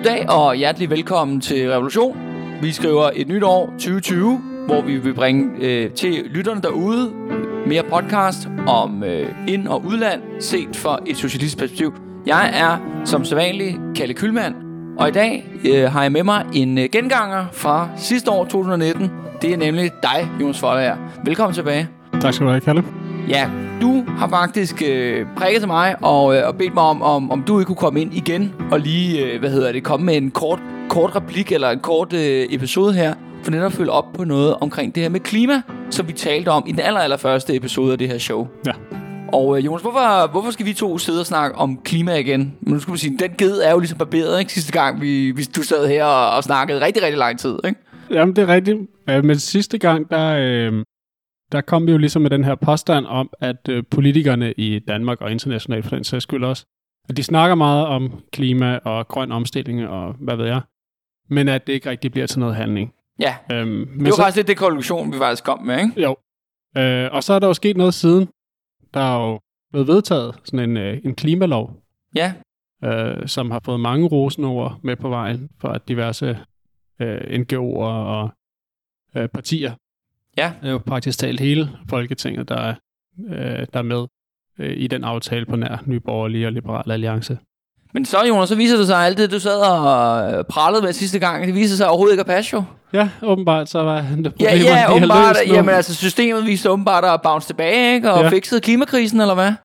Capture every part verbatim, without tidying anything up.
Goddag og hjertelig velkommen til Revolution. Vi skriver et nyt år, tyve tyve, hvor vi vil bringe øh, til lytterne derude mere podcast om øh, ind- og udland, set fra et socialistisk perspektiv. Jeg er som sædvanlig Kalle Kyhlmann, og i dag øh, har jeg med mig en øh, genganger fra sidste år, to tusind nitten. Det er nemlig dig, Jonas Foldager. Velkommen tilbage. Tak skal du have, Kalle. Ja, du har faktisk øh, prikket til mig og, øh, og bedt mig om, om, om du ikke kunne komme ind igen og lige, øh, hvad hedder det, komme med en kort, kort replik eller en kort øh, episode her, for netop at følge op på noget omkring det her med klima, som vi talte om i den aller, aller første episode af det her show. Ja. Og øh, Jonas, hvorfor, hvorfor skal vi to sidde og snakke om klima igen? Men nu skal vi sige, den ged er jo ligesom barberet, ikke? Sidste gang, vi, vi, du sad her og, og snakkede rigtig, rigtig lang tid, ikke? Jamen, det er rigtigt. Men sidste gang, der, øh, der kom vi jo ligesom med den her påstand om, at øh, politikerne i Danmark og internationalt for den sags skyld også, at de snakker meget om klima og grøn omstilling og hvad ved jeg, men at det ikke rigtig bliver til noget handling. Ja, øhm, men det var så, faktisk lidt det konklusion, vi faktisk kom med, ikke? Jo. Øh, og så er der jo sket noget siden. Der er jo blevet vedtaget sådan en, øh, en klimalov, Ja. øh, som har fået mange rosenord med på vejen for diverse øh, N G O'er og øh, partier. Ja. Det er jo praktisk talt hele Folketinget, der er, øh, der er med øh, i den aftale på nær Nye Borgerlige og Liberale Alliance. Men så, Jonas, så viser det sig, at alt det, du sad og pralede med sidste gang, det viser sig overhovedet ikke at passe, jo. Ja, åbenbart, så var det problemer, Ja, ja, de åbenbart, har løst nu. jamen altså, systemet viste åbenbart at bounce tilbage, ikke? Og Ja. fikset klimakrisen, eller hvad?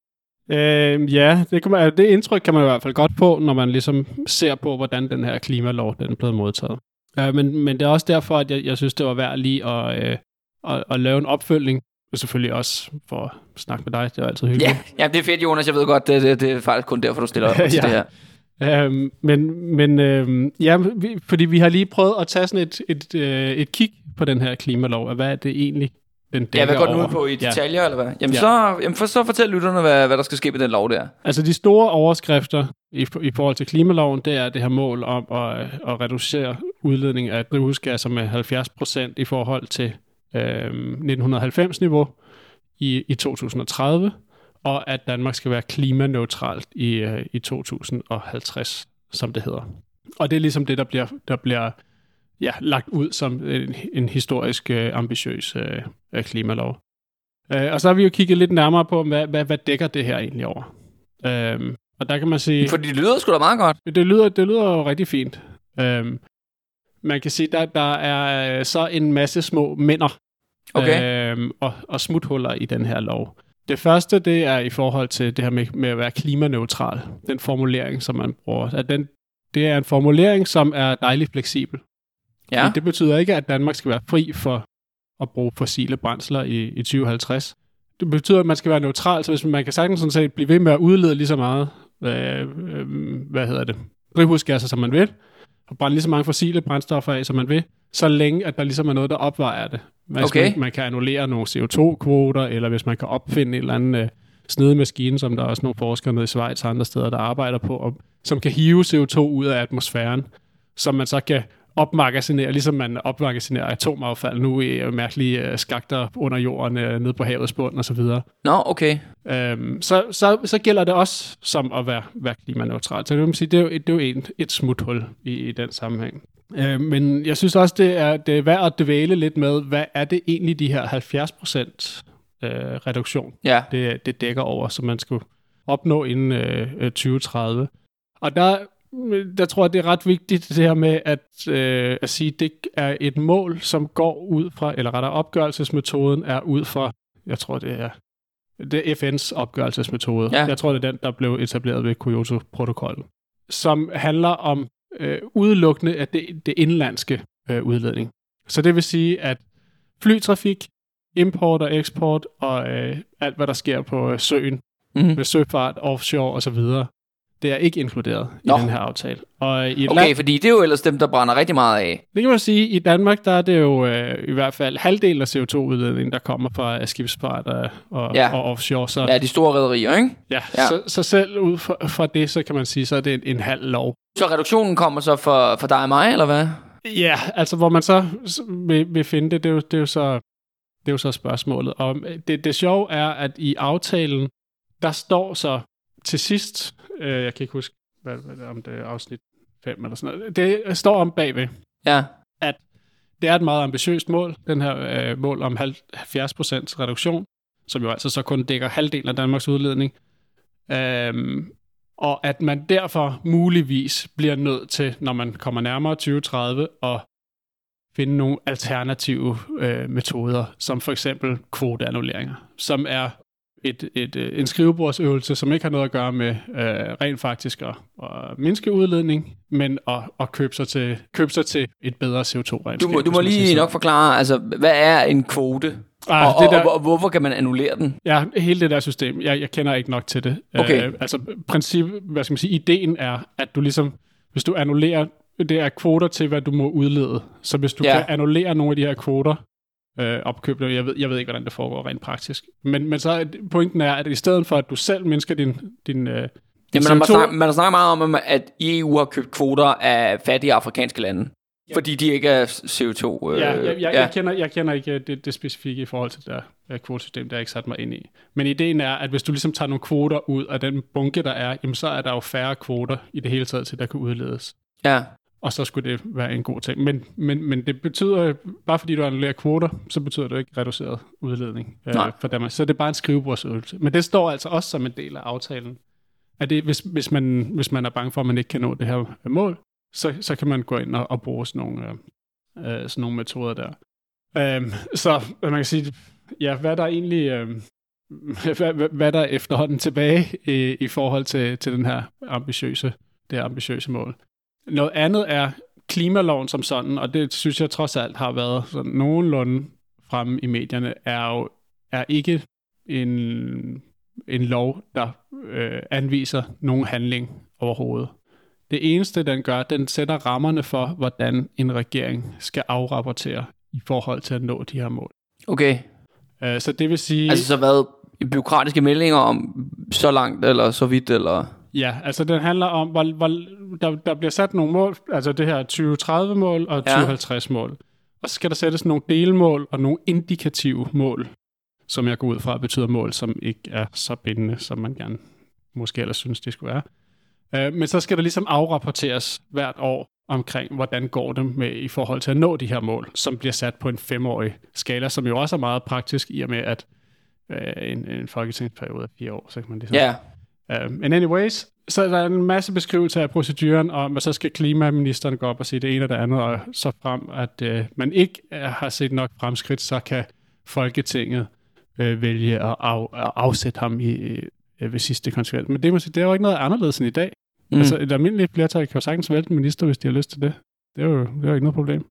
Øh, ja, det, kan man, det indtryk kan man i hvert fald godt få, når man ligesom ser på, hvordan den her klimalov den er blevet modtaget. Øh, men, men det er også derfor, at jeg, jeg synes, det var værd lige at, øh, at, at lave en opfølgning. Og selvfølgelig også for at snakke med dig, det er altid hyggeligt. Ja, ja, det er fedt, Jonas, jeg ved godt, det, det, det er faktisk kun derfor, du stiller op til Ja. det her. Øhm, men men øhm, ja, vi, fordi vi har lige prøvet at tage sådan et, et, øh, et kig på den her klimalov, og hvad er det egentlig, den dækker Ja, hvad går den over? ud på i detaljer, ja. Eller hvad? Jamen, Ja. så, jamen for, så fortæl lytterne, hvad, hvad der skal ske med den lov der. Altså de store overskrifter i, i forhold til klimaloven, det er det her mål om at, at reducere udledning af drivhusgasser med halvfjerds procent i forhold til øh, nitten halvfems-niveau i, i to tusind og tredive, og at Danmark skal være klimaneutralt i, øh, i to tusind og halvtreds, som det hedder. Og det er ligesom det, der bliver, der bliver ja, lagt ud som en, en historisk øh, ambitiøs øh, klimalov. Øh, og så har vi jo kigget lidt nærmere på, hvad, hvad, hvad dækker det her egentlig over. Øh, og der kan man sige... Fordi det lyder sgu da meget godt. Det lyder, det lyder jo rigtig fint. Øh, man kan sige, der, der er så en masse små mænder Okay. øh, og, og smuthuller i den her lov. Det første, det er i forhold til det her med, med at være klimaneutral. Den formulering, som man bruger. At den, det er en formulering, som er dejligt fleksibel. Ja. Men det betyder ikke, at Danmark skal være fri for at bruge fossile brændsler i, i tyve halvtreds. Det betyder, at man skal være neutral, så hvis man kan sagtens sådan set blive ved med at udlede lige så meget, øh, øh, hvad hedder det, drivhusgasser, som man vil, og brænde lige så mange fossile brændstoffer af, som man vil, så længe, at der ligesom er noget, der opvejer det. Hvis Okay. man, man kan annullere nogle C O to kvoter, eller hvis man kan opfinde en eller anden øh, snedemaskine, som der er også nogle forskere nede i Schweiz og andre steder, der arbejder på, og, som kan hive C O to ud af atmosfæren, som man så kan opmagasinere, ligesom man opmagasinerer atomaffald nu i øh, mærkelige øh, skakter under jorden, øh, nede på havets bund og så videre. Nå, okay. Øhm, så, så, så gælder det også som at være, være klimaneutral. Så det vil man sige, det er jo, det er jo et, et smuthul i, i den sammenhæng. Øh, men jeg synes også, det er, det er værd at dvæle lidt med, hvad er det egentlig de her halvfjerds procent øh, reduktion, Ja. det, det dækker over, som man skulle opnå inden øh, tyve tredive. Og der, der tror jeg, det er ret vigtigt det her med at, øh, at sige, at det er et mål, som går ud fra, eller rettere opgørelsesmetoden er ud fra, jeg tror det er, det er F N's opgørelsesmetode. Ja. Jeg tror, det er den, der blev etableret ved Kyoto-protokollen, som handler om øh, udelukkende af det, det indlandske øh, udledning. Så det vil sige, at flytrafik, import og eksport og øh, alt, hvad der sker på øh, søen, Mm-hmm. med søfart, offshore osv., det er ikke inkluderet Nå. i den her aftale. Og i et Okay, land, fordi det er jo ellers dem, der brænder rigtig meget af. det kan man sige, i Danmark, der er det jo øh, i hvert fald halvdelen af C O to udledningen, der kommer fra skibsfart og, og, Ja. og offshore. Så, Ja, de store rederier, ikke? ja, Ja. Så, så selv ud fra, fra det, så kan man sige, så er det en, en halv lov. Så reduktionen kommer så for, for dig og mig, eller hvad? Ja, altså hvor man så vil, vil finde det, det er, jo, det, er jo så, det er jo så spørgsmålet. Og det, det sjove er, at i aftalen, der står så til sidst, øh, jeg kan ikke huske, hvad, hvad, om det er afsnit fem eller sådan noget. Det står om bagved, Ja. at det er et meget ambitiøst mål, den her øh, mål om halvfjerds procent reduktion, som jo altså så kun dækker halvdelen af Danmarks udledning. Øhm, og at man derfor muligvis bliver nødt til, når man kommer nærmere tyve tredive, at finde nogle alternative øh, metoder, som for eksempel kvoteannulleringer, som er et, et, en skrivebordsøvelse, som ikke har noget at gøre med øh, rent faktisk at, at mindske udledning, men at, at købe, sig til, købe sig til et bedre C O to regnskab. Du må, du må lige nok forklare, altså, hvad er en kvote? Ah, og, det der, og, og hvorfor kan man annullere den? Ja, hele det der system, jeg, jeg kender ikke nok til det. Okay. Øh, altså, princip, hvad skal man sige, ideen er, at du ligesom, hvis du annullerer, det er kvoter til, hvad du må udlede. Så hvis du ja. kan annullere nogle af de her kvoter, øh, opkøb, jeg ved, jeg ved ikke, hvordan det foregår rent praktisk. Men, men så pointen er, at i stedet for, at du selv mindsker din, din, øh, din Jamen, man, snakker, man snakker meget om, at E U har købt kvoter af fattige afrikanske lande. Ja. Fordi de ikke er C O to. Øh, ja, jeg, jeg, ja. jeg, kender, jeg kender ikke det, det specifikke i forhold til det der uh, kvotesystem, der jeg ikke sat mig ind i. Men ideen er, at hvis du ligesom tager nogle kvoter ud af den bunke, der er, jamen, så er der jo færre kvoter i det hele taget til, der kan udledes. Ja. Og så skulle det være en god ting. Men, men, men det betyder, bare fordi du annullerer kvoter, så betyder det ikke reduceret udledning øh, for Danmark. Så det er bare en skrivebordsøvelse. Men det står altså også som en del af aftalen. At det, hvis, hvis, man, hvis man er bange for, at man ikke kan nå det her mål, så, så kan man gå ind og, og bruge sådan nogle, øh, sådan nogle metoder der. Øhm, så man kan sige, ja, hvad der egentlig... Øh, hvad, hvad der er efterhånden tilbage i, i forhold til, til den her ambitiøse, det her ambitiøse mål. Noget andet er klimaloven som sådan, og det synes jeg trods alt har været sådan nogenlunde fremme i medierne, er jo er ikke en, en lov, der øh, anviser nogen handling overhovedet. Det eneste, den gør, den sætter rammerne for, hvordan en regering skal afrapportere i forhold til at nå de her mål. Okay. Øh, så det vil sige... Altså så hvad? Bureaukratiske meldinger om så langt eller så vidt, eller... Ja, altså den handler om, hvor, hvor der, der bliver sat nogle mål, altså det her tyve tredive mål og tyve halvtreds mål. Og så skal der sættes nogle delmål og nogle indikative mål, som jeg går ud fra betyder mål, som ikke er så bindende, som man gerne måske ellers synes, det skulle være. Uh, men så skal der ligesom afrapporteres hvert år omkring, hvordan går det med i forhold til at nå de her mål, som bliver sat på en femårig skala, som jo også er meget praktisk i og med, at uh, en, en folketingsperiode er fire år, så kan man ligesom... Ja. Uh, men anyways, så er der en masse beskrivelser af proceduren om, at så skal klimaministeren gå op og sige det ene og det andet, og så frem, at uh, man ikke uh, har set nok fremskridt, så kan Folketinget uh, vælge at, af, at afsætte ham i, uh, ved sidste konsekvens. Men det, det er jo ikke noget anderledes end i dag. Mm. Altså et almindeligt flertal kan jo sagtens vælte en minister, hvis de har lyst til det. Det er jo, det er jo ikke noget problem.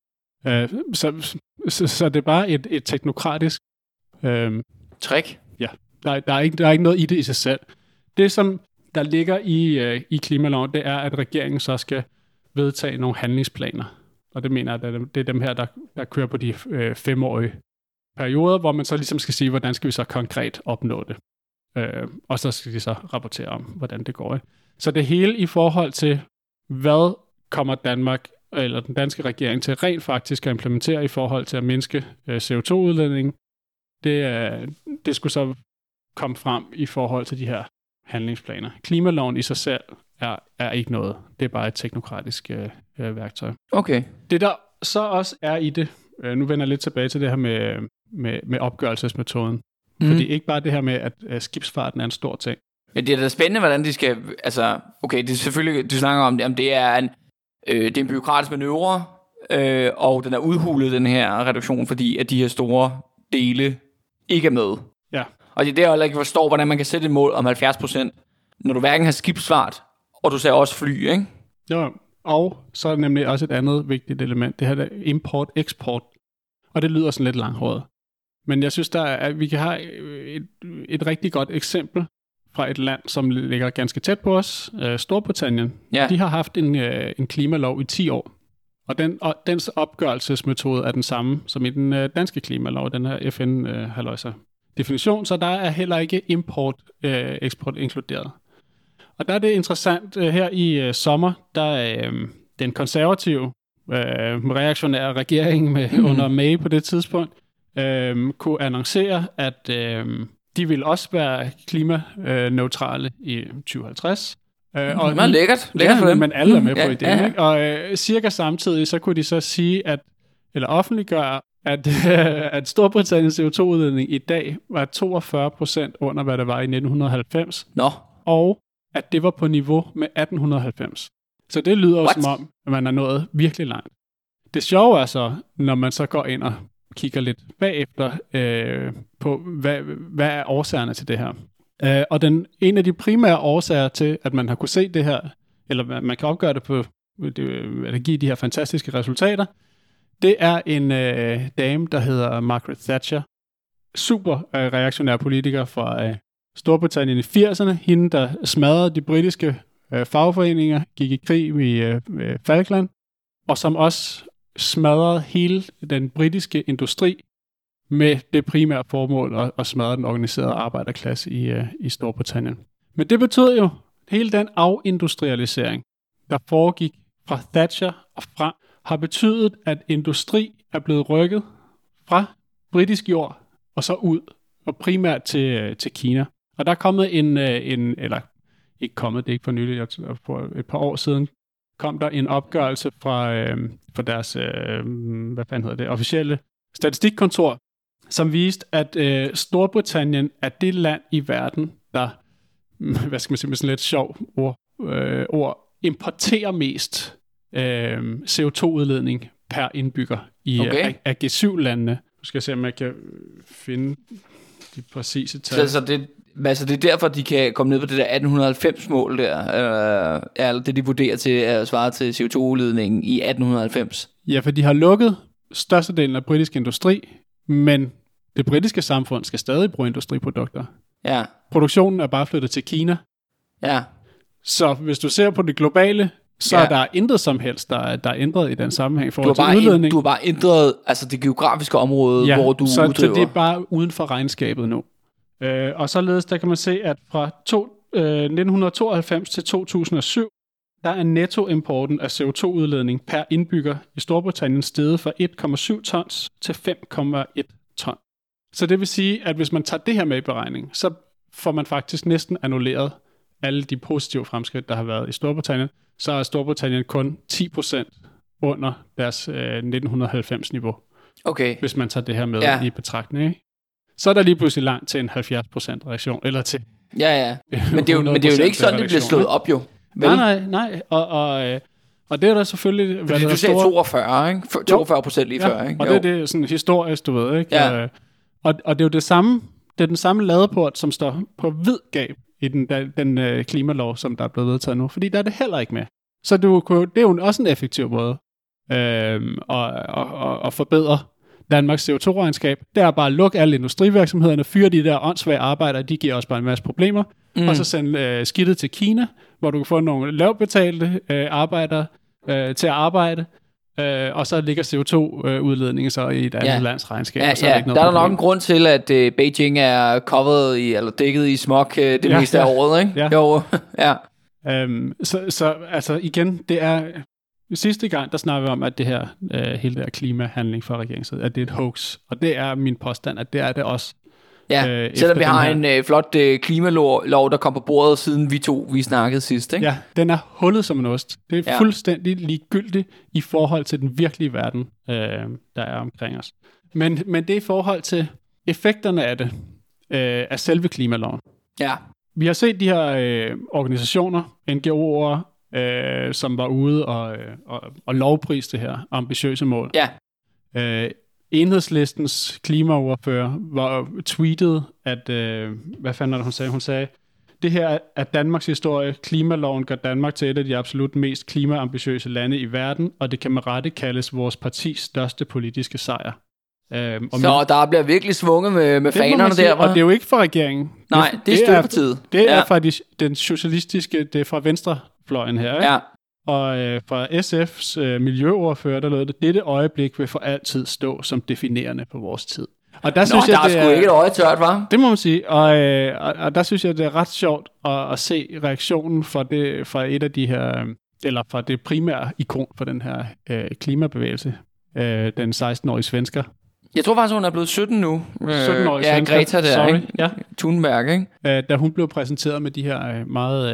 Uh, så, så, så det er bare et, et teknokratisk uh, trick. Ja, der, der, er ikke, der er ikke noget i det i sig selv. Det, som der ligger i, øh, i klimaloven, det er, at regeringen så skal vedtage nogle handlingsplaner. Og det mener jeg, at det er dem her, der, der kører på de øh, femårige perioder, hvor man så ligesom skal sige, hvordan skal vi så konkret opnå det. Øh, og så skal de så rapportere om, hvordan det går. Ikke? Så det hele i forhold til, hvad kommer Danmark, eller den danske regering til rent faktisk at implementere i forhold til at mindske øh, C O to udledningen, det, øh, det skulle så komme frem i forhold til de her handlingsplaner. Klimaloven i sig selv er, er ikke noget. Det er bare et teknokratisk øh, værktøj. Okay. Det der så også er i det, øh, nu vender jeg lidt tilbage til det her med, med, med opgørelsesmetoden. Mm. Fordi ikke bare det her med, at øh, skibsfarten er en stor ting. Men det er da spændende, hvordan de skal... Altså, okay, det er selvfølgelig, du snakker om det, om det er en, øh, det er en bureaukratisk manøvre, øh, og den er udhulet, den her reduktion, fordi at de her store dele ikke er med. Ja. Og det er der, jeg ikke forstår, hvordan man kan sætte et mål om halvfjerds procent, når du hverken har skibsfart, og du ser også fly, ikke? Ja, og så er det nemlig også et andet vigtigt element, det her der import-eksport. Og det lyder sådan lidt langhåret. Men jeg synes, der er, at vi kan have et, et rigtig godt eksempel fra et land, som ligger ganske tæt på os, øh, Storbritannien. Ja. De har haft en, øh, en klimalov i ti år. Og, den, og dens opgørelsesmetode er den samme som i den øh, danske klimalov, den her F N-halløjsa. Øh, definition, så der er heller ikke import-eksport øh, inkluderet. Og der er det interessant, øh, her i øh, sommer, der øh, den konservative øh, reaktionære regering med, mm. under May på det tidspunkt, øh, kunne annoncere, at øh, de vil også være klimaneutrale i tyve halvtreds, Øh, og, meget lækkert. Lækkert ja, for dem. Men alle er med ja, på idéen. Ja. Ikke? Og øh, cirka samtidig, så kunne de så sige, at, eller offentliggøre, at, at Storbritanniens C O to udledning i dag var toogfyrre procent under, hvad det var i nitten halvfems. Nå. Og at det var på niveau med atten halvfems. Så det lyder jo som om, at man er nået virkelig langt. Det sjove er så, når man så går ind og kigger lidt bagefter øh, på, hvad, hvad er årsagerne til det her. Øh, og den, en af de primære årsager til, at man har kunne se det her, eller man kan opgøre det på, det, at give de her fantastiske resultater, det er en øh, dame, der hedder Margaret Thatcher. Super øh, reaktionær politiker fra øh, Storbritannien i firserne. Hende, der smadrede de britiske øh, fagforeninger, gik i krig i øh, Falkland, og som også smadrede hele den britiske industri med det primære formål at, at smadre den organiserede arbejderklasse i, øh, i Storbritannien. Men det betød jo, hele den afindustrialisering, der foregik fra Thatcher og frem, har betydet, at industri er blevet rykket fra britisk jord og så ud, og primært til, til Kina. Og der er kommet en, en, eller ikke kommet, det er ikke for nylig, for et par år siden, kom der en opgørelse fra, øh, fra deres, øh, hvad fanden hedder det, officielle statistikkontor, som viste, at øh, Storbritannien er det land i verden, der, hvad skal man sige med sådan lidt sjov ord, øh, ord importerer mest øh, C O to udledning per indbygger i okay. af, af G syv landene. Nu skal jeg se, om jeg kan finde de præcise tal. Så, så det, altså det er derfor, de kan komme ned på det der atten halvfems-mål der, øh, er det, de vurderer til at svare til C O to udledningen i atten halvfems? Ja, for de har lukket størstedelen af britisk industri, men det britiske samfund skal stadig bruge industriprodukter. Ja. Produktionen er bare flyttet til Kina. Ja. Så hvis du ser på det globale, så ja. er der intet som helst, der er, der er ændret i den sammenhæng i forhold til udledning. Ind, du har bare ændret altså det geografiske område, ja, hvor du så, uddriver. så det er bare uden for regnskabet nu. Øh, og således, der kan man se, at fra to, øh, nitten tooghalvfems til to tusind og syv, der er nettoimporten af C O to udledning per indbygger i Storbritannien steget fra en komma syv tons til fem komma en ton. Så det vil sige, at hvis man tager det her med i beregning, så får man faktisk næsten annulleret alle de positive fremskridt, der har været i Storbritannien. Så er Storbritannien kun ti procent under deres øh, nitten halvfems-niveau. Okay. Hvis man tager det her med ja. i betragtning. Ikke? Så er der lige pludselig langt til en halvfjerds procent reduktion, eller til ja, ja. Men det er jo, men det er jo ikke sådan, det bliver slået op jo. Vel? Nej, nej, nej. Og, og, øh, og det er der selvfølgelig... Fordi hvad du sagde store... toogfyrre, ikke? toogfyrre procent lige ja, før, ikke? Og jo. det, det er sådan historisk, du ved, ikke? Ja. Og, og det er jo det samme, det er den samme ladeport, som står på hvid gab i den, den, den øh, klimalov, som der er blevet vedtaget nu. Fordi der er det heller ikke med. Så det, det er jo også en effektiv måde øh, at, at, at forbedre Danmarks C O to regnskab. Det er bare at lukke alle industrivirksomhederne, fyre de der åndssvage arbejdere, de giver også bare en masse problemer, mm. og så sende øh, skidtet til Kina, hvor du kan få nogle lavbetalte øh, arbejdere øh, til at arbejde, øh, og så ligger C O to udledningen så i et andet ja. lands regnskab. Ja, og så ja. er der, ikke noget der er der problem. nok en grund til, at øh, Beijing er covered i, eller dækket i smog øh, det ja, meste ja. af året, ikke? Ja. Jo, ja. Øhm, så, så altså igen, det er sidste gang, der snakker vi om, at det her øh, hele der klimahandling fra regeringens side, at det er et hoax, og det er min påstand, at det er det også. Ja, øh, selvom vi har her... en øh, flot øh, klimalov, lov, der kom på bordet, siden vi to vi snakkede sidst, ikke? Ja, den er hullet som en ost. Det er ja. fuldstændig ligegyldigt i forhold til den virkelige verden, øh, der er omkring os. Men, men det er i forhold til effekterne af det, øh, af selve klimaloven. Ja. Vi har set de her øh, organisationer, N G O'er, øh, som var ude og, øh, og, og lovpriste det her ambitiøse mål. Ja. Øh, Enhedslistens klimaordfører var tweetet, at, øh, hvad fanden er det, hun sagde? Hun sagde, det her er Danmarks historie. Klimaloven gør Danmark til et af de absolut mest klimaambitiøse lande i verden, og det kan med rette kaldes vores partis største politiske sejr. Øhm, og så med, der bliver virkelig svunget med, med fanerne der, og det er jo ikke fra regeringen. Nej, det, det er støttepartiet. Det er, det er ja. fra de, den socialistiske, det er fra venstrefløjen her, ikke? Ja. Og øh, fra S F's øh, miljøordfører, der lød det, dette øjeblik vil for altid stå som definerende på vores tid. Og der Nå, synes der jeg, er det sgu er, ikke et øje tørt, hva'? Det må man sige, og, øh, og, og der synes jeg, det er ret sjovt at, at se reaktionen fra, det, fra et af de her, eller fra det primære ikon for den her øh, klimabevægelse, øh, den seksten-årige svensker. Jeg tror faktisk, hun er blevet sytten nu. sytten-årige ja, svensker. Greta der, Sorry. ikke? Ja. Thunberg, ikke? Øh, da hun blev præsenteret med de her meget øh,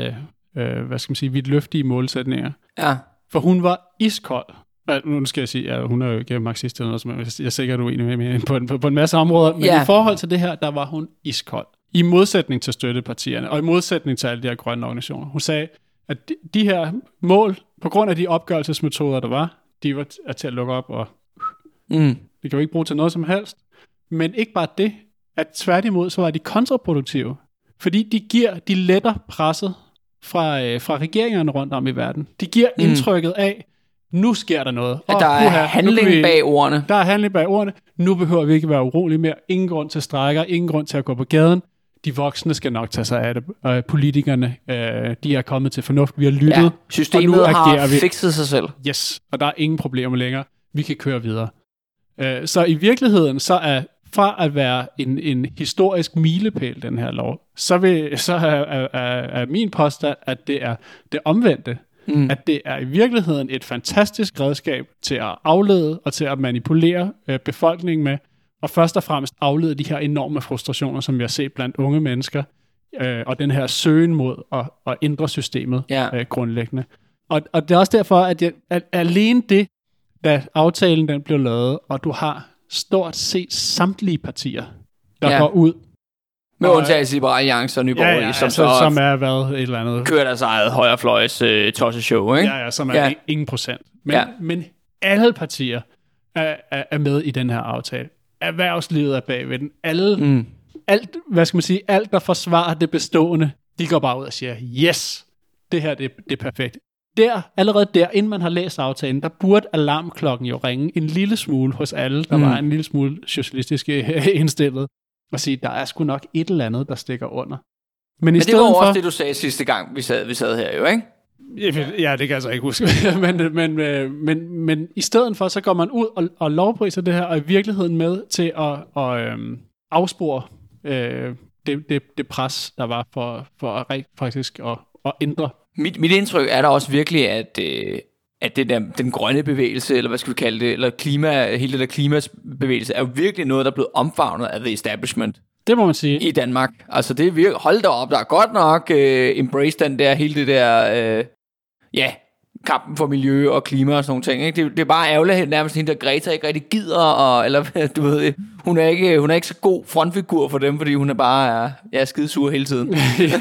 øh, hvad skal man sige, vidtløftige målsætninger. Ja. For hun var iskold. Nu skal jeg sige, at hun er jo ikke marxist eller noget, som jeg er sikkert uenig med mig på, på, på en masse områder, men ja. I forhold til det her, der var hun iskold. I modsætning til støttepartierne, og i modsætning til alle de her grønne organisationer. Hun sagde, at de, de her mål, på grund af de opgørelsesmetoder, der var, de var t- til at lukke op, og mm. det kan jo ikke bruge til noget som helst. Men ikke bare det, at tværtimod, så var de kontraproduktive. Fordi de giver, de letter presset fra, øh, fra regeringerne rundt om i verden. De giver mm. indtrykket af, nu sker der noget. At der er uha, handling vi, bag ordene. Der er handling bag ordene. Nu behøver vi ikke være urolige mere. Ingen grund til strækker, ingen grund til at gå på gaden. De voksne skal nok tage sig af det. Øh, politikerne, øh, de er kommet til fornuft. Vi har lyttet. Ja, systemet og nu har vi. fikset sig selv. Yes, og der er ingen problemer længere. Vi kan køre videre. Øh, så i virkeligheden, så er fra at være en, en historisk milepæl, den her lov, så, vil, så er, er, er, er min påstand, at det er det omvendte. Mm. At det er i virkeligheden et fantastisk redskab til at aflede og til at manipulere øh, befolkningen med, og først og fremmest aflede de her enorme frustrationer, som vi har set blandt unge mennesker, øh, og den her søgen mod at, at ændre systemet ja. øh, grundlæggende. Og, og det er også derfor, at, jeg, at alene det, da aftalen den blev lavet, og du har stort set samtlige partier, der ja. går ud. Med undtagelse Liberal Alliance og Nye Borgerlige, ja, ja, som, altså, så som er været et eller andet. Kører deres eget højrefløjs øh, tosseshow, ikke? Ja, ja, som er ja. ingen procent. Men, ja. men alle partier er, er, er med i den her aftale. Erhvervslivet er bagved den. Alle, mm. alt, hvad skal man sige, alt, der forsvarer det bestående, de går bare ud og siger, yes, det her det, det er perfekt. Der, allerede der, inden man har læst aftalen, der burde alarmklokken jo ringe en lille smule hos alle, der mm. var en lille smule socialistisk indstillet, og sige, der er sgu nok et eller andet, der stikker under. Men, men i det var også for, det, du sagde sidste gang, vi sad, vi sad her jo, ikke? Ja, det kan jeg så ikke huske. men, men, men, men i stedet for, så går man ud og, og lovpriser det her, og i virkeligheden med til at, at øhm, afspore øh, det, det, det pres, der var for, for at faktisk at, at ændre. Mit, mit indtryk er der også virkelig, at, øh, at det der, den grønne bevægelse, eller hvad skal vi kalde det, eller klima, hele det der klimabevægelse, er jo virkelig noget, der er blevet omfavnet af the establishment. Det må man sige. I Danmark. Altså det er virkelig, hold da op, der er godt nok øh, embrace den der, hele det der, øh, ja, kampen for miljø og klima og sådan nogle ting. Ikke? Det, det er bare ærgerligt, nærmest hende der Greta ikke rigtig gider, og, eller du ved, hun er, ikke, hun er ikke så god frontfigur for dem, fordi hun er bare ja, skidesur hele tiden.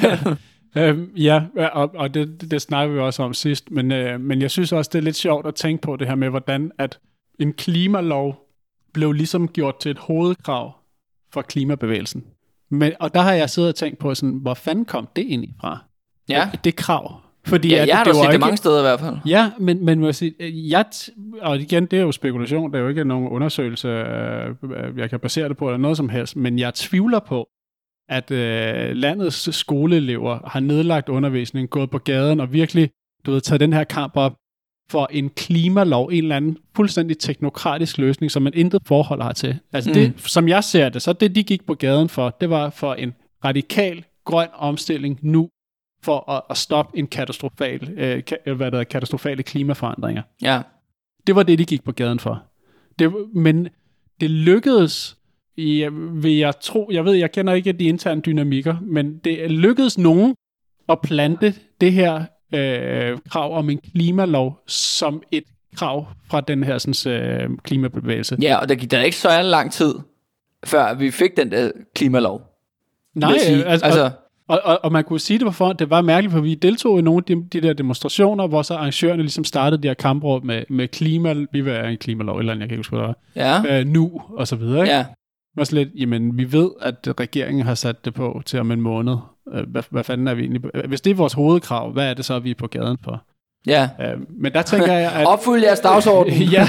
Øhm, ja, og, og det, det, det snakker vi også om sidst, men, øh, men jeg synes også, det er lidt sjovt at tænke på det her med, hvordan at en klimalov blev ligesom gjort til et hovedkrav for klimabevægelsen. Men, og der har jeg siddet og tænkt på, sådan, hvor fanden kom det egentlig fra? Ja. Det, det krav. Fordi ja, at, jeg har det, da set ikke, det mange steder i hvert fald. Ja, men, men må jeg sige, jeg, og igen, det er jo spekulation, det er jo ikke nogen undersøgelse, jeg kan basere det på, eller noget som helst, men jeg tvivler på, at øh, landets skoleelever har nedlagt undervisning, gået på gaden og virkelig, du ved, taget den her kamp op for en klimalov, en eller anden fuldstændig teknokratisk løsning, som man intet forhold har til. Altså mm. det, som jeg ser det, så det de gik på gaden for, det var for en radikal grøn omstilling nu, for at, at stoppe en katastrofal, øh, ka, hvad der er, katastrofale klimaforandringer. Ja. Det var det, de gik på gaden for. Det, men det lykkedes, jeg, vil jeg tro, jeg ved, jeg kender ikke de interne dynamikker, men det lykkedes nogen at plante det her øh, krav om en klimalov som et krav fra den her sådan, øh, klimabevægelse. Ja, og der gik der ikke så lang tid, før vi fik den der klimalov. Nej, altså... altså Og, og, og man kunne sige det på forhånd, det var mærkeligt, for vi deltog i nogle af de, de der demonstrationer, hvor så arrangørerne ligesom startede de her kampråb med, med klima, vi vil have en klimalov, eller andet, jeg kan ikke huske, hvad der var, ja. øh, nu, og så videre, ikke? Ja. Og så lidt, jamen, vi ved, at regeringen har sat det på til om en måned. Hvad, hvad fanden er vi egentlig? Hvis det er vores hovedkrav, hvad er det så, vi er på gaden for? Ja. Øh, men der tænker jeg, at... Opfyld jeres dagsorden. ja.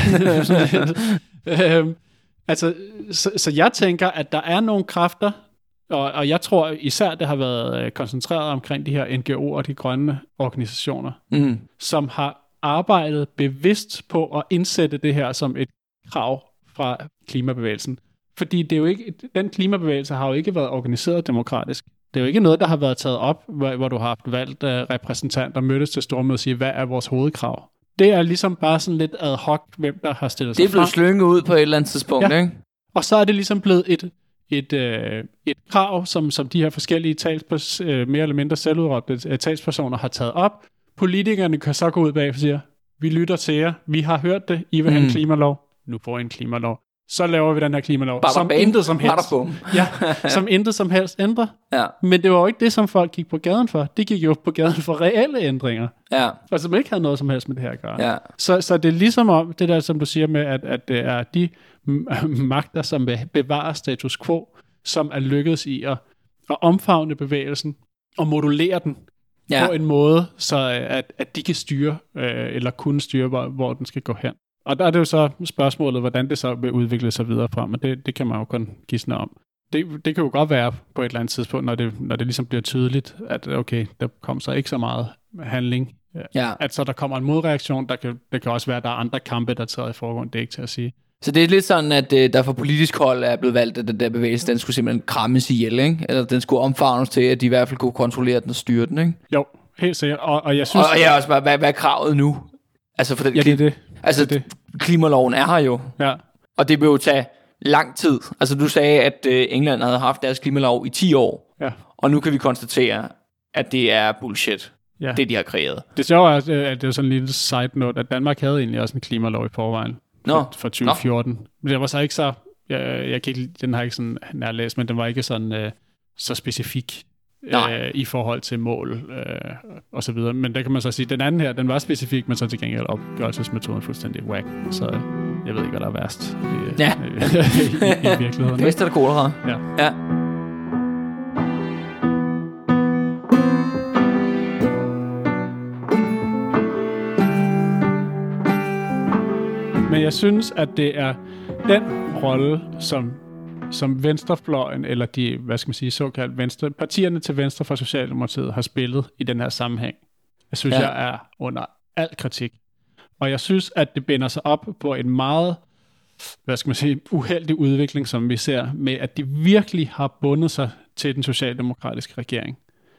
øh, altså, så, så jeg tænker, at der er nogle kræfter, Og, og jeg tror især, det har været øh, koncentreret omkring de her N G O'er og de grønne organisationer, mm. som har arbejdet bevidst på at indsætte det her som et krav fra klimabevægelsen. Fordi det er jo ikke, den klimabevægelse har jo ikke været organiseret demokratisk. Det er jo ikke noget, der har været taget op, hvor, hvor du har haft valgt uh, repræsentanter, mødtes til stormøde og sige, hvad er vores hovedkrav? Det er ligesom bare sådan lidt ad hoc, hvem der har stillet sig frem. Det er blevet slynget ud på et eller andet tidspunkt, ja. ikke? Og så er det ligesom blevet et et, øh, et krav, som, som de her forskellige talspers, øh, mere eller mindre selvudråbte talspersoner har taget op. Politikerne kan så gå ud bag og sige, vi lytter til jer, vi har hørt det, I vil have mm. en klimalov, nu får I en klimalov. Så laver vi den her klimalov, Bada som bam, intet som helst. Ja, som intet som helst ændrer. Ja. Men det var jo ikke det, som folk gik på gaden for. De gik jo på gaden for reelle ændringer. Ja. Og som ikke havde noget som helst med det her at gøre. Ja. Så, så det er ligesom om, det der, som du siger med, at, at det er de magter, som vil bevare status quo, som er lykkedes i at, at omfavne bevægelsen og modulere den ja. på en måde, så at, at de kan styre, øh, eller kunne styre, hvor, hvor den skal gå hen. Og der er det jo så spørgsmålet, hvordan det så vil udvikle sig videre frem, og det, det kan man jo kun gisne om. Det, det kan jo godt være på et eller andet tidspunkt, når det, når det ligesom bliver tydeligt, at okay, der kommer så ikke så meget handling, ja. at så der kommer en modreaktion, der kan, det kan også være, at der er andre kampe, der træder i forgrund, det er ikke til at sige. Så det er lidt sådan, at øh, der fra politisk hold er blevet valgt, at den der bevægelse, den skulle simpelthen krammes ihjel, ikke? Eller den skulle omfavnes til, at de i hvert fald kunne kontrollere den og styre den, ikke? Jo, helt sikkert. Og, og jeg synes... Og, og jeg også bare, hvad, hvad er kravet nu? Altså, for den, ja, det er det. Altså, det er det. Klimaloven er her jo. Ja. Og det vil jo tage lang tid. Altså, du sagde, at øh, England havde haft deres klimalov i ti år. Ja. Og nu kan vi konstatere, at det er bullshit, ja. det de har kreeret. Det sjove er, at det er sådan en lille side note, at Danmark havde egentlig også en klimalov i forvejen. Nå. For tyve fjorten. Nå. Men det var så ikke så... Jeg, jeg kan ikke, den har ikke sådan nærlæst, men den var ikke sådan øh, så specifik øh, i forhold til mål øh, og så videre. Men der kan man så sige, den anden her, den var specifik, men så til gengæld opgørelsesmetoden fuldstændig whack. Så jeg ved ikke, hvad der er værst i, ja. i, i, i virkeligheden. Det bedste er det kolera. Ja. Ja. Men jeg synes, at det er den rolle, som, som venstrefløjen, eller de, hvad skal man sige, såkaldt venstre, partierne til venstre for Socialdemokratiet har spillet i den her sammenhæng. Jeg synes, ja. jeg er under al kritik. Og jeg synes, at det binder sig op på en meget, hvad skal man sige, uheldig udvikling, som vi ser, med at de virkelig har bundet sig til den socialdemokratiske regering.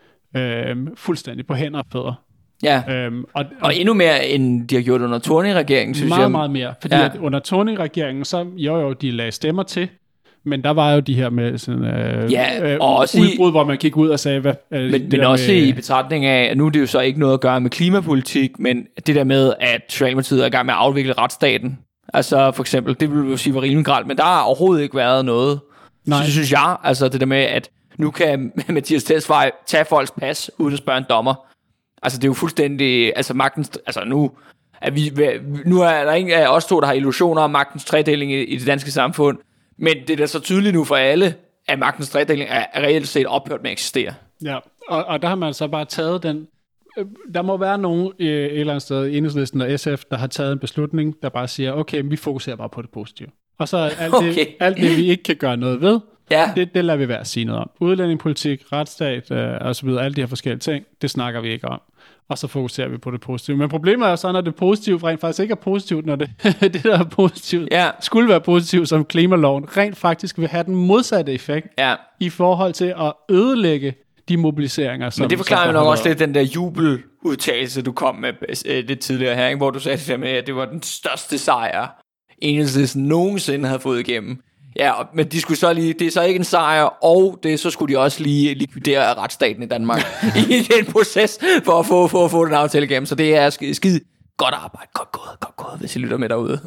Øhm, fuldstændig på hænder og fødder. Ja, øhm, og, og, og endnu mere, end de har gjort under Thorning-regeringen, synes meget, jeg. Meget, meget mere. Fordi ja. at under Thorning-regeringen, så jo jo, de lagde stemmer til, men der var jo de her med sådan øh, ja, øh, og også udbrud, i, hvor man gik ud og sagde, hvad... Øh, men men også med, i betragtning af, at nu er det jo så ikke noget at gøre med klimapolitik, men det der med, at Socialdemokratiet er i gang med at afvikle retsstaten. Altså for eksempel, det vil jo sige var rimelig grelt, men der har overhovedet ikke været noget. Nej. Så synes jeg, altså det der med, at nu kan Mathias Tesfaye tage folks pas, uden at spørge en dommer. Altså det er jo fuldstændig, altså magtens, altså nu er vi, nu er der ingen af os to, der har illusioner om magtens tredeling i, i det danske samfund, men det er da så tydeligt nu for alle, at magtens tredeling er, er reelt set ophørt med at eksistere. Ja, og, og der har man så bare taget den, der må være nogen øh, et eller andet sted, Enhedslisten og S F, der har taget en beslutning, der bare siger, okay, vi fokuserer bare på det positive. Og så alt, okay. det, alt det, vi ikke kan gøre noget ved, ja. det, det lader vi være at sige noget om. Udlændingepolitik, retsstat øh, og så videre, alle de her forskellige ting, det snakker vi ikke om. Og så fokuserer vi på det positive. Men problemet er så, når det positive rent faktisk ikke er positivt, når det, det der er positivt, ja. skulle være positivt, som klimaloven, rent faktisk vil have den modsatte effekt, ja. i forhold til at ødelægge de mobiliseringer, som... Men det forklarer jo nok også lidt den der jubeludtalelse, du kom med øh, lidt tidligere her, ikke? Hvor du sagde det der med, at det var den største sejr, Enhedslisten nogensinde havde fået igennem. Ja, men de skulle så lige, det er så ikke en sejr, og det, så skulle de også lige likvidere retsstaten i Danmark i den proces for at få, for at få den aftale igennem. Så det er skide, skide godt arbejde, godt gået, godt gået, hvis I lytter med derude.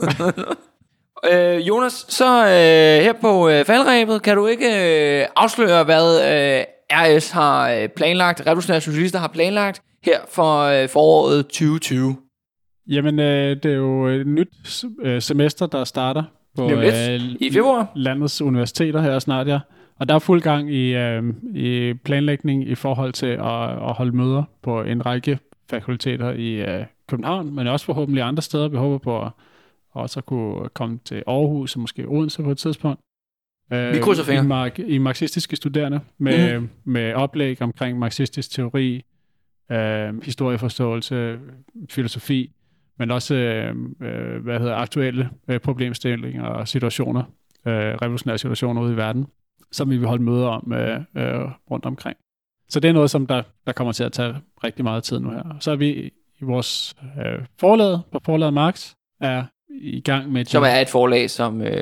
øh, Jonas, så øh, her på øh, faldrebet, kan du ikke øh, afsløre, hvad øh, R S har planlagt, Revolutionære Socialister har planlagt her for øh, foråret tyve tyve? Jamen, øh, det er jo et nyt øh, semester, der starter på øh, i februar. Landets universiteter her snart, ja. Og der er fuld gang i, øh, i planlægning i forhold til at, at holde møder på en række fakulteter i øh, København, men også forhåbentlig andre steder. Vi håber på at også at kunne komme til Aarhus og måske Odense på et tidspunkt. Vi krydser fingre. I, mark- I marxistiske studerende med, mm. med oplæg omkring marxistisk teori, øh, historieforståelse, filosofi, men også øh, hvad hedder, aktuelle øh, problemstillinger og situationer, øh, revolutionære situationer ude i verden, som vi vil holde møder om øh, øh, rundt omkring. Så det er noget, som der, der kommer til at tage rigtig meget tid nu her. Så er vi i vores øh, forlag, på forlaget Marx, er i gang med... Som er et forlag, som øh,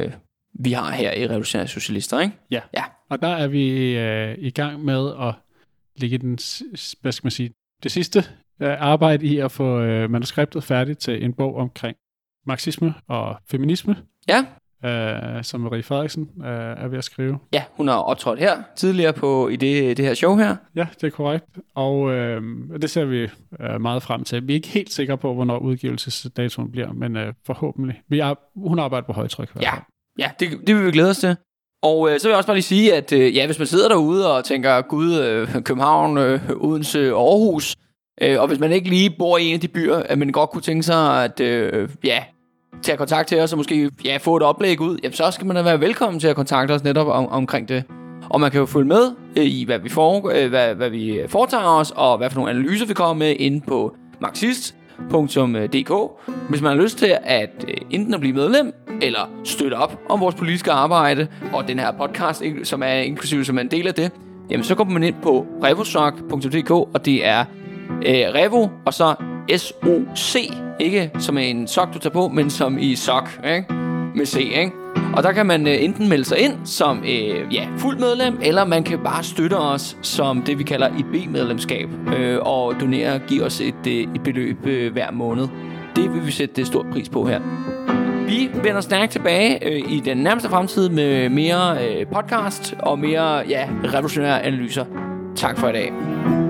vi har her i Revolutionære Socialister, ikke? Ja. Ja. Og der er vi øh, i gang med at lægge den, hvad skal man sige, det sidste øh, arbejde i at få øh, manuskriptet færdigt til en bog omkring marxisme og feminisme. Ja. Øh, som Marie Frederiksen øh, er ved at skrive. Ja, hun har optrådt her tidligere på i det, det her show her. Ja, det er korrekt. Og øh, det ser vi øh, meget frem til. Vi er ikke helt sikre på, hvornår udgivelsesdatoen bliver, men øh, forhåbentlig. Vi er, hun arbejder på højtryk. Ja, ja det, det vil vi glæde os til. Og øh, så vil jeg også bare lige sige, at øh, ja, hvis man sidder derude og tænker, gud, øh, København, øh, Odense, Aarhus, øh, og hvis man ikke lige bor i en af de byer, at man godt kunne tænke sig at øh, ja, tage kontakt til os og måske ja, få et oplæg ud, jamen, så skal man da være velkommen til at kontakte os netop om, omkring det. Og man kan jo følge med øh, i, hvad vi, for, øh, hvad, hvad vi foretager os, og hvad for nogle analyser vi kommer med inde på marxist punktum d k. Hvis man har lyst til at øh, enten at blive medlem, eller støtte op om vores politiske arbejde, og den her podcast, som er inklusiv som er en del af det, jamen så kommer man ind på revosoc punktum d k, og det er øh, revo, og så S O C, ikke som en sok, du tager på, men som i sok, ikke? Med C, ikke? Og der kan man øh, enten melde sig ind som øh, ja, fuld medlem, eller man kan bare støtte os som det, vi kalder et B-medlemskab, øh, og donere og give os et, øh, et beløb øh, hver måned. Det vil vi sætte stor pris på her. Vi vender stærkt tilbage øh, i den nærmeste fremtid med mere øh, podcast og mere ja, revolutionære analyser. Tak for i dag.